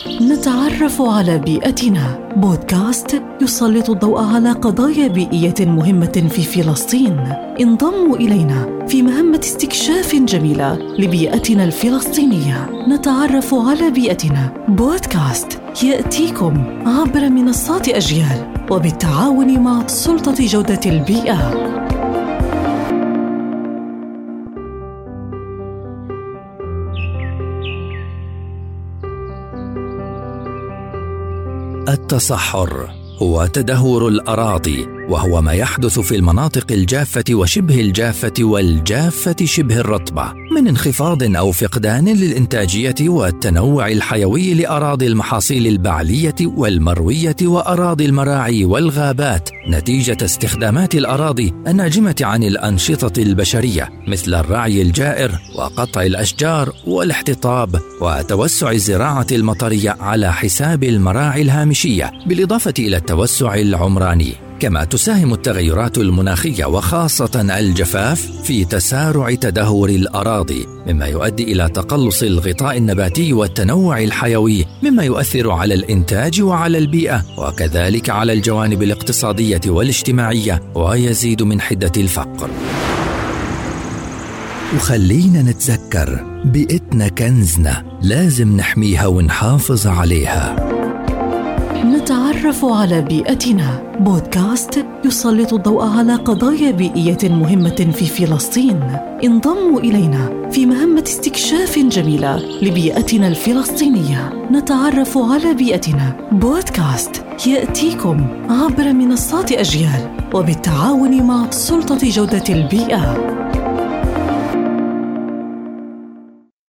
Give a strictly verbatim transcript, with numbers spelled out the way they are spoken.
نتعرف على بيئتنا، بودكاست يسلط الضوء على قضايا بيئية مهمة في فلسطين. انضموا إلينا في مهمة استكشاف جميلة لبيئتنا الفلسطينية. نتعرف على بيئتنا، بودكاست يأتيكم عبر منصات أجيال وبالتعاون مع سلطة جودة البيئة. التصحر هو تدهور الأراضي، وهو ما يحدث في المناطق الجافة وشبه الجافة والجافة شبه الرطبة من انخفاض أو فقدان للإنتاجية والتنوع الحيوي لأراضي المحاصيل البعلية والمروية وأراضي المراعي والغابات، نتيجة استخدامات الأراضي الناجمة عن الأنشطة البشرية مثل الرعي الجائر وقطع الأشجار والاحتطاب وتوسع الزراعة المطرية على حساب المراعي الهامشية، بالإضافة إلى التوسع العمراني. كما تساهم التغيرات المناخية وخاصة الجفاف في تسارع تدهور الأراضي، مما يؤدي إلى تقلص الغطاء النباتي والتنوع الحيوي، مما يؤثر على الإنتاج وعلى البيئة وكذلك على الجوانب الاقتصادية والاجتماعية، ويزيد من حدة الفقر. وخلينا نتذكر بيئتنا كنزنا، لازم نحميها ونحافظ عليها. نتعرف على بيئتنا، بودكاست يسلط الضوء على قضايا بيئية مهمة في فلسطين. انضموا إلينا في مهمة استكشاف جميلة لبيئتنا الفلسطينية. نتعرف على بيئتنا، بودكاست يأتيكم عبر منصات أجيال وبالتعاون مع سلطة جودة البيئة.